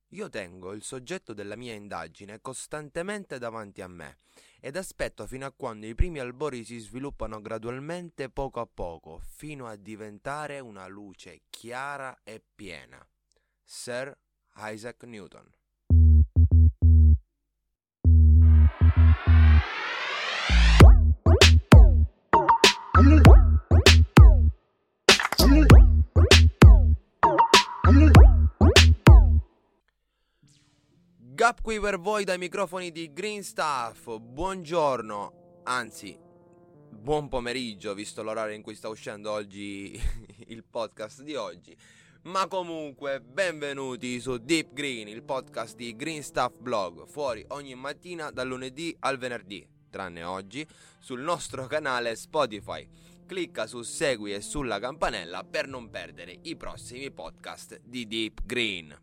Io tengo il soggetto della mia indagine costantemente davanti a me ed aspetto fino a quando i primi albori si sviluppano gradualmente poco a poco, fino a diventare una luce chiara e piena. Sir Isaac Newton. Gap qui per voi dai microfoni di Green Stuff. Buongiorno, anzi, buon pomeriggio, visto l'orario in cui sta uscendo oggi il podcast di oggi. Ma comunque, benvenuti su Deep Green, il podcast di Green Stuff Blog, fuori ogni mattina dal lunedì al venerdì, tranne oggi, sul nostro canale Spotify. Clicca su segui e sulla campanella per non perdere i prossimi podcast di Deep Green.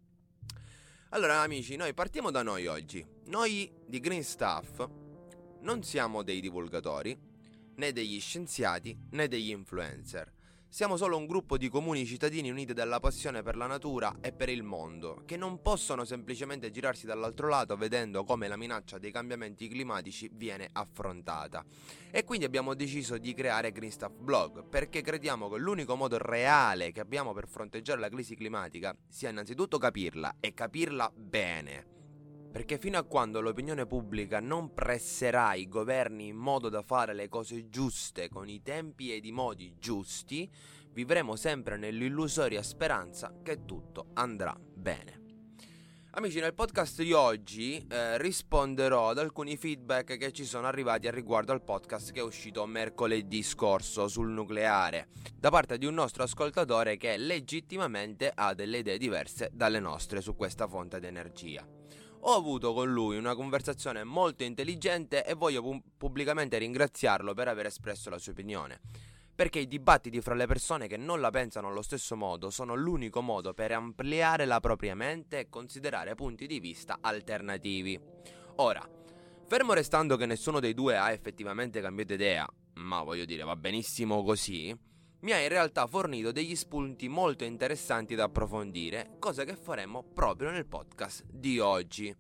Allora amici, noi partiamo da noi oggi. Noi di Green Stuff non siamo dei divulgatori, né degli scienziati, né degli influencer. Siamo solo un gruppo di comuni cittadini uniti dalla passione per la natura e per il mondo, che non possono semplicemente girarsi dall'altro lato vedendo come la minaccia dei cambiamenti climatici viene affrontata. E quindi abbiamo deciso di creare Green Stuff Blog, perché crediamo che l'unico modo reale che abbiamo per fronteggiare la crisi climatica sia innanzitutto capirla e capirla bene. Perché fino a quando l'opinione pubblica non presserà i governi in modo da fare le cose giuste con i tempi ed i modi giusti, vivremo sempre nell'illusoria speranza che tutto andrà bene. Amici, nel podcast di oggi risponderò ad alcuni feedback che ci sono arrivati a riguardo al podcast che è uscito mercoledì scorso sul nucleare, da parte di un nostro ascoltatore che legittimamente ha delle idee diverse dalle nostre su questa fonte di energia. Ho avuto con lui una conversazione molto intelligente e voglio pubblicamente ringraziarlo per aver espresso la sua opinione, perché i dibattiti fra le persone che non la pensano allo stesso modo sono l'unico modo per ampliare la propria mente e considerare punti di vista alternativi. Ora, fermo restando che nessuno dei due ha effettivamente cambiato idea, ma voglio dire va benissimo così, mi ha in realtà fornito degli spunti molto interessanti da approfondire, cosa che faremo proprio nel podcast di oggi.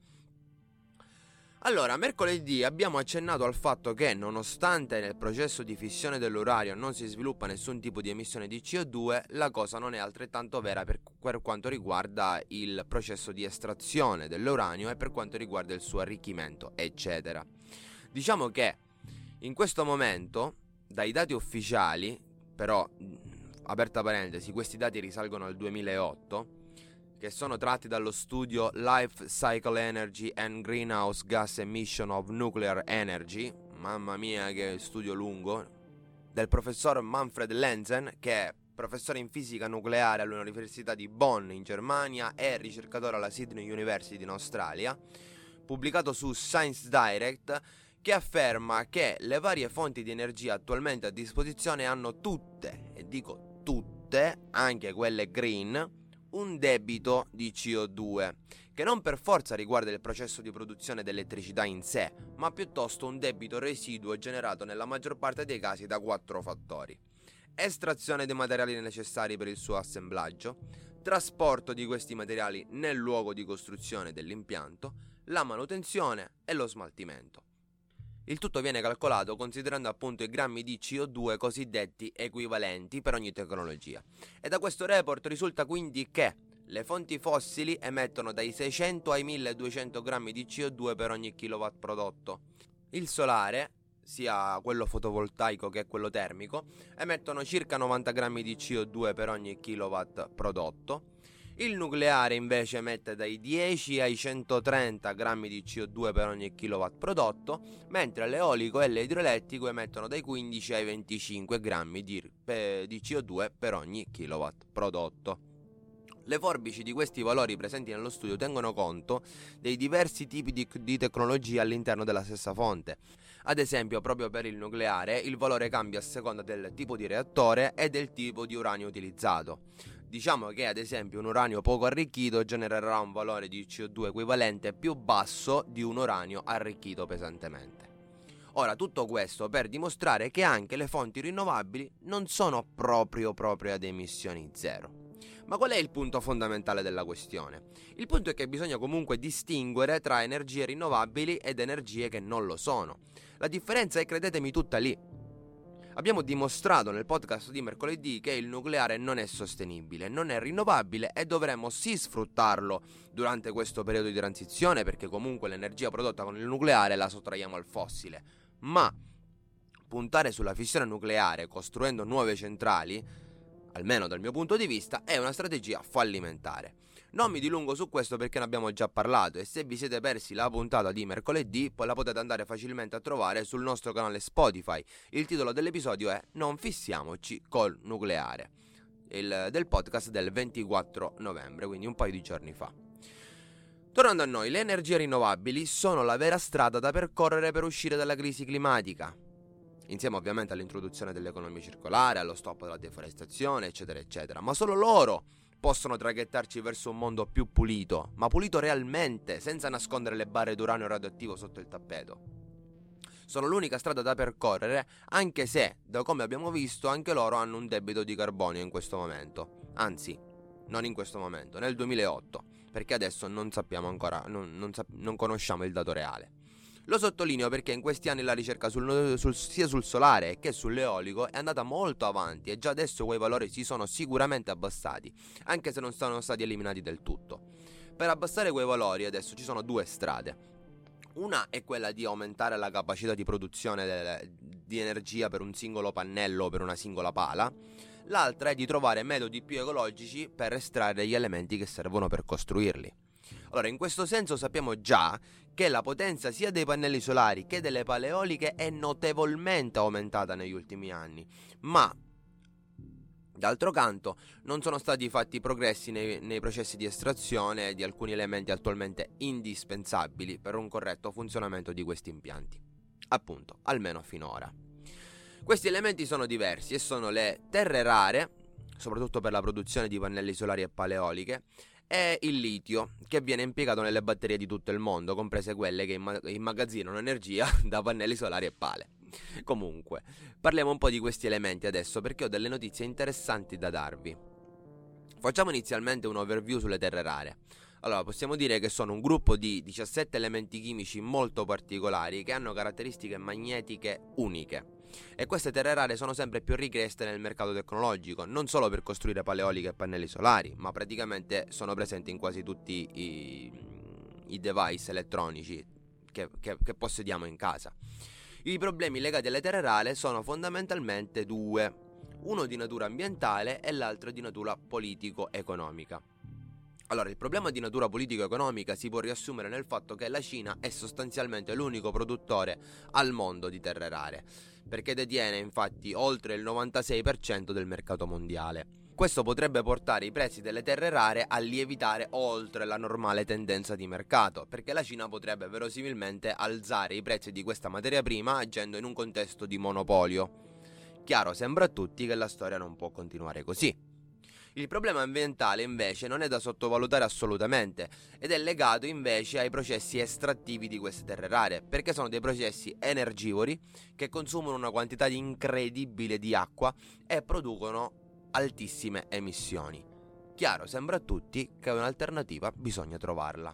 Allora, mercoledì abbiamo accennato al fatto che, nonostante nel processo di fissione dell'uranio non si sviluppa nessun tipo di emissione di CO2, la cosa non è altrettanto vera per quanto riguarda il processo di estrazione dell'uranio e per quanto riguarda il suo arricchimento, eccetera. Diciamo che in questo momento, dai dati ufficiali, però, aperta parentesi, questi dati risalgono al 2008, che sono tratti dallo studio Life Cycle Energy and Greenhouse Gas Emission of Nuclear Energy, mamma mia che studio lungo, del professor Manfred Lenzen, che è professore in fisica nucleare all'Università di Bonn in Germania e ricercatore alla Sydney University in Australia, pubblicato su Science Direct, che afferma che le varie fonti di energia attualmente a disposizione hanno tutte, e dico tutte, anche quelle green, un debito di CO2, che non per forza riguarda il processo di produzione dell'elettricità in sé, ma piuttosto un debito residuo generato nella maggior parte dei casi da 4 fattori: estrazione dei materiali necessari per il suo assemblaggio, trasporto di questi materiali nel luogo di costruzione dell'impianto, la manutenzione e lo smaltimento. Il tutto viene calcolato considerando appunto i grammi di CO2 cosiddetti equivalenti per ogni tecnologia. E da questo report risulta quindi che le fonti fossili emettono dai 600 ai 1200 grammi di CO2 per ogni kilowatt prodotto. Il solare, sia quello fotovoltaico che quello termico, emettono circa 90 grammi di CO2 per ogni kilowatt prodotto. Il nucleare invece emette dai 10 ai 130 grammi di CO2 per ogni kilowatt prodotto, mentre l'eolico e l'idroelettrico emettono dai 15 ai 25 grammi di CO2 per ogni kilowatt prodotto. Le forbici di questi valori presenti nello studio tengono conto dei diversi tipi di tecnologia all'interno della stessa fonte. Ad esempio, proprio per il nucleare, il valore cambia a seconda del tipo di reattore e del tipo di uranio utilizzato. Diciamo che ad esempio un uranio poco arricchito genererà un valore di CO2 equivalente più basso di un uranio arricchito pesantemente. Ora, tutto questo per dimostrare che anche le fonti rinnovabili non sono proprio ad emissioni zero, Ma qual è il punto fondamentale della questione? Il punto è che bisogna comunque distinguere tra energie rinnovabili ed energie che non lo sono. La differenza è, credetemi, tutta lì. Abbiamo dimostrato nel podcast di mercoledì che il nucleare non è sostenibile, non è rinnovabile e dovremmo sì sfruttarlo durante questo periodo di transizione, perché comunque l'energia prodotta con il nucleare la sottraiamo al fossile. Ma puntare sulla fissione nucleare costruendo nuove centrali, almeno dal mio punto di vista, è una strategia fallimentare. Non mi dilungo su questo perché ne abbiamo già parlato, e se vi siete persi la puntata di mercoledì, poi la potete andare facilmente a trovare sul nostro canale Spotify. Il titolo dell'episodio è Non fissiamoci col nucleare, del podcast del 24 novembre, quindi un paio di giorni fa. Tornando a noi, le energie rinnovabili sono la vera strada da percorrere per uscire dalla crisi climatica, insieme ovviamente all'introduzione dell'economia circolare, allo stop della deforestazione, eccetera eccetera, ma solo loro possono traghettarci verso un mondo più pulito, ma pulito realmente, senza nascondere le barre d'uranio radioattivo sotto il tappeto. Sono l'unica strada da percorrere, anche se, da come abbiamo visto, anche loro hanno un debito di carbonio in questo momento. Anzi, non in questo momento, nel 2008, perché adesso non sappiamo ancora, non conosciamo il dato reale. Lo sottolineo perché in questi anni la ricerca sia sul solare che sull'eolico è andata molto avanti e già adesso quei valori si sono sicuramente abbassati, anche se non sono stati eliminati del tutto. Per abbassare quei valori adesso ci sono due strade. Una è quella di aumentare la capacità di produzione di energia per un singolo pannello o per una singola pala. L'altra è di trovare metodi più ecologici per estrarre gli elementi che servono per costruirli. Allora, in questo senso sappiamo già che la potenza sia dei pannelli solari che delle pale eoliche è notevolmente aumentata negli ultimi anni, ma d'altro canto non sono stati fatti progressi nei processi di estrazione di alcuni elementi attualmente indispensabili per un corretto funzionamento di questi impianti, appunto, almeno finora. Questi elementi sono diversi e sono le terre rare, soprattutto per la produzione di pannelli solari e pale eoliche, e il litio, che viene impiegato nelle batterie di tutto il mondo, comprese quelle che immagazzinano energia da pannelli solari e pale. Comunque, parliamo un po' di questi elementi adesso perché ho delle notizie interessanti da darvi. Facciamo inizialmente un overview sulle terre rare. Allora, possiamo dire che sono un gruppo di 17 elementi chimici molto particolari che hanno caratteristiche magnetiche uniche. E queste terre rare sono sempre più richieste nel mercato tecnologico, non solo per costruire pale eoliche e pannelli solari, ma praticamente sono presenti in quasi tutti i device elettronici che possediamo in casa. I problemi legati alle terre rare sono fondamentalmente due, uno di natura ambientale e l'altro di natura politico-economica. Allora, il problema di natura politico-economica si può riassumere nel fatto che la Cina è sostanzialmente l'unico produttore al mondo di terre rare, perché detiene infatti oltre il 96% del mercato mondiale. Questo potrebbe portare i prezzi delle terre rare a lievitare oltre la normale tendenza di mercato, perché la Cina potrebbe verosimilmente alzare i prezzi di questa materia prima agendo in un contesto di monopolio. Chiaro, sembra a tutti che la storia non può continuare così. Il problema ambientale invece non è da sottovalutare assolutamente ed è legato invece ai processi estrattivi di queste terre rare, perché sono dei processi energivori che consumano una quantità incredibile di acqua e producono altissime emissioni. Chiaro, sembra a tutti che un'alternativa bisogna trovarla.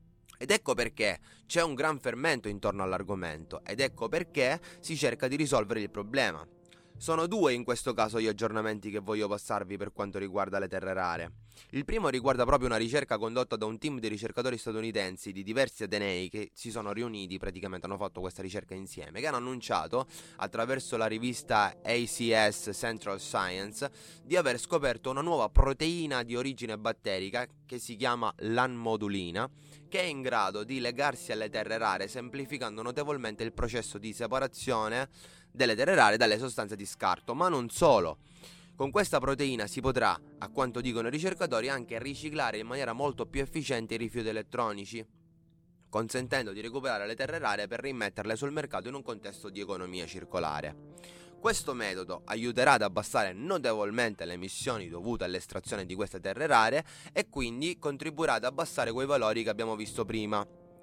Ed ecco perché c'è un gran fermento intorno all'argomento ed ecco perché si cerca di risolvere il problema. Sono due in questo caso gli aggiornamenti che voglio passarvi per quanto riguarda le terre rare. Il primo riguarda proprio una ricerca condotta da un team di ricercatori statunitensi di diversi atenei che si sono riuniti, praticamente hanno fatto questa ricerca insieme, che hanno annunciato attraverso la rivista ACS Central Science di aver scoperto una nuova proteina di origine batterica che si chiama l'anmodulina, che è in grado di legarsi alle terre rare semplificando notevolmente il processo di separazione delle terre rare dalle sostanze di scarto, ma non solo. Con questa proteina si potrà, a quanto dicono i ricercatori, anche riciclare in maniera molto più efficiente i rifiuti elettronici, consentendo di recuperare le terre rare per rimetterle sul mercato in un contesto di economia circolare. Questo metodo aiuterà ad abbassare notevolmente le emissioni dovute all'estrazione di queste terre rare e quindi contribuirà ad abbassare quei valori che abbiamo visto prima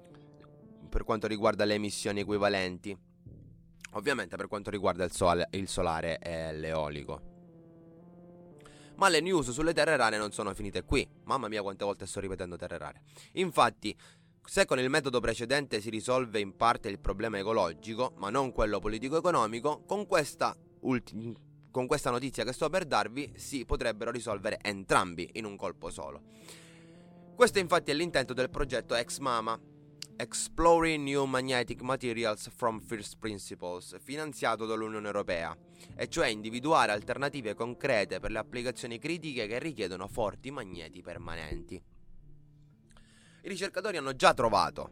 per quanto riguarda le emissioni equivalenti. Ovviamente per quanto riguarda il solare e l'eolico. Ma le news sulle terre rare non sono finite qui. Mamma mia quante volte sto ripetendo terre rare. Infatti, se con il metodo precedente si risolve in parte il problema ecologico, ma non quello politico-economico, con questa notizia che sto per darvi si potrebbero risolvere entrambi in un colpo solo. Questo infatti è l'intento del progetto Ex-MAMA, Exploring New Magnetic Materials from First Principles, finanziato dall'Unione Europea, e cioè individuare alternative concrete per le applicazioni critiche che richiedono forti magneti permanenti. I ricercatori hanno già trovato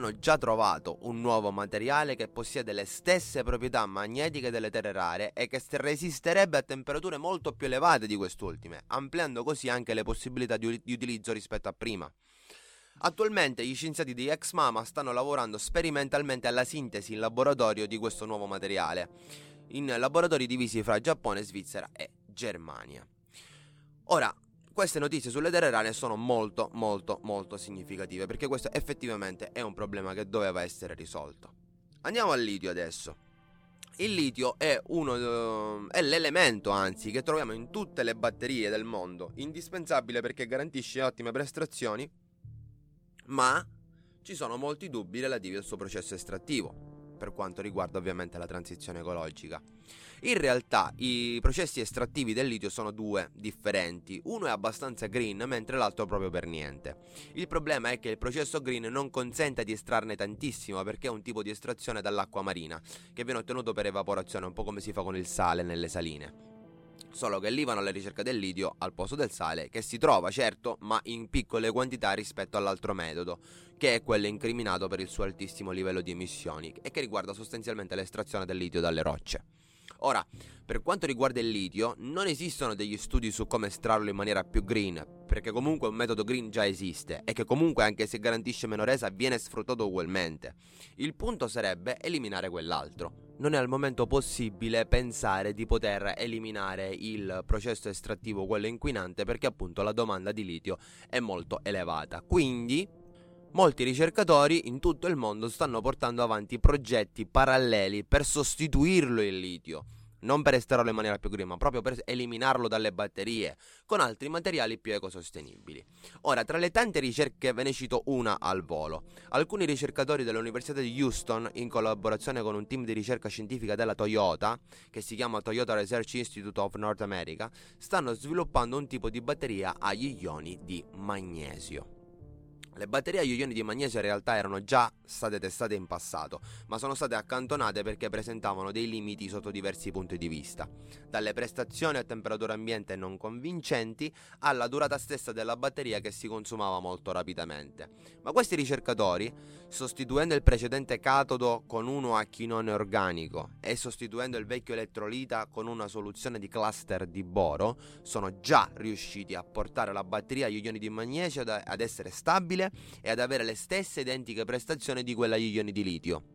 un nuovo materiale che possiede le stesse proprietà magnetiche delle terre rare e che resisterebbe a temperature molto più elevate di quest'ultime, ampliando così anche le possibilità di utilizzo rispetto a prima. Attualmente gli scienziati di Ex-MAMA stanno lavorando sperimentalmente alla sintesi in laboratorio di questo nuovo materiale, in laboratori divisi fra Giappone, Svizzera e Germania. Ora, queste notizie sulle terre rare sono molto significative, perché questo effettivamente è un problema che doveva essere risolto. Andiamo al litio adesso. Il litio è l'elemento, anzi, che troviamo in tutte le batterie del mondo, indispensabile perché garantisce ottime prestazioni, ma ci sono molti dubbi relativi al suo processo estrattivo, per quanto riguarda ovviamente la transizione ecologica. In realtà i processi estrattivi del litio sono due differenti, uno è abbastanza green mentre l'altro proprio per niente. Il problema è che il processo green non consente di estrarne tantissimo perché è un tipo di estrazione dall'acqua marina che viene ottenuto per evaporazione, un po' come si fa con il sale nelle saline. Solo che lì vanno alla ricerca del litio al posto del sale, che si trova certo ma in piccole quantità rispetto all'altro metodo, che è quello incriminato per il suo altissimo livello di emissioni e che riguarda sostanzialmente l'estrazione del litio dalle rocce. Ora, per quanto riguarda il litio, non esistono degli studi su come estrarlo in maniera più green, perché comunque un metodo green già esiste e che comunque, anche se garantisce meno resa, viene sfruttato ugualmente. Il punto sarebbe eliminare quell'altro. Non è al momento possibile pensare di poter eliminare il processo estrattivo, quello inquinante, perché appunto la domanda di litio è molto elevata. Quindi molti ricercatori in tutto il mondo stanno portando avanti progetti paralleli per sostituirlo il litio, non per estrarlo in maniera più green, ma proprio per eliminarlo dalle batterie con altri materiali più ecosostenibili. Ora, tra le tante ricerche ve ne cito una al volo. Alcuni ricercatori dell'Università di Houston, in collaborazione con un team di ricerca scientifica della Toyota, che si chiama Toyota Research Institute of North America, stanno sviluppando un tipo di batteria agli ioni di magnesio. Le batterie agli ioni di magnesio in realtà erano già state testate in passato, ma sono state accantonate perché presentavano dei limiti sotto diversi punti di vista, dalle prestazioni a temperatura ambiente non convincenti alla durata stessa della batteria che si consumava molto rapidamente. Ma questi ricercatori, sostituendo il precedente catodo con uno a chinone organico e sostituendo il vecchio elettrolita con una soluzione di cluster di boro, sono già riusciti a portare la batteria agli ioni di magnesio ad essere stabile e ad avere le stesse identiche prestazioni di quella agli ioni di litio.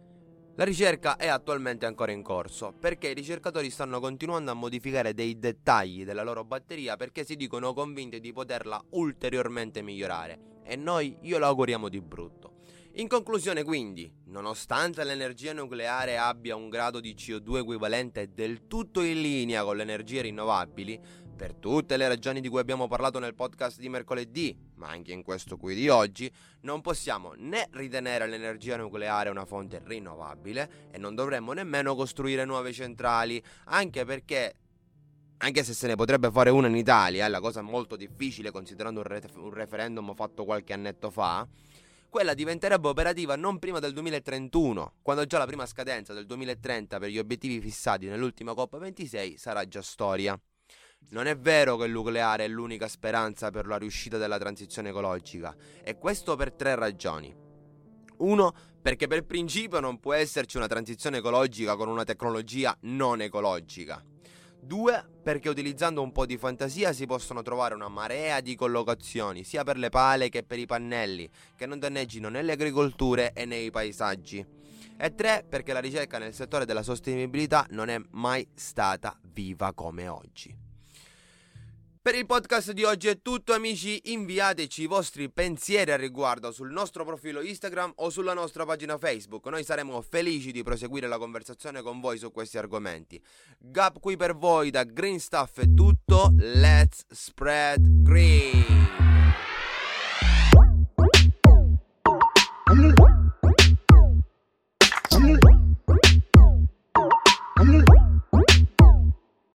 La ricerca è attualmente ancora in corso perché i ricercatori stanno continuando a modificare dei dettagli della loro batteria perché si dicono convinti di poterla ulteriormente migliorare e noi glielo auguriamo di brutto. In conclusione, quindi, nonostante l'energia nucleare abbia un grado di CO2 equivalente del tutto in linea con le energie rinnovabili, per tutte le ragioni di cui abbiamo parlato nel podcast di mercoledì, ma anche in questo qui di oggi, non possiamo né ritenere l'energia nucleare una fonte rinnovabile e non dovremmo nemmeno costruire nuove centrali, anche se se ne potrebbe fare una in Italia, è la cosa molto difficile considerando un referendum fatto qualche annetto fa, quella diventerebbe operativa non prima del 2031, quando già la prima scadenza del 2030 per gli obiettivi fissati nell'ultima COP26 sarà già storia. Non è vero che il nucleare è l'unica speranza per la riuscita della transizione ecologica, e questo per 3 ragioni. 1. Perché per principio non può esserci una transizione ecologica con una tecnologia non ecologica. 2. Perché utilizzando un po' di fantasia si possono trovare una marea di collocazioni, sia per le pale che per i pannelli, che non danneggino né le agricolture né i paesaggi. E 3. Perché la ricerca nel settore della sostenibilità non è mai stata viva come oggi. Per il podcast di oggi è tutto, amici. Inviateci i vostri pensieri al riguardo sul nostro profilo Instagram o sulla nostra pagina Facebook. Noi saremo felici di proseguire la conversazione con voi su questi argomenti. Gap qui per voi da Green Stuff è tutto. Let's spread green.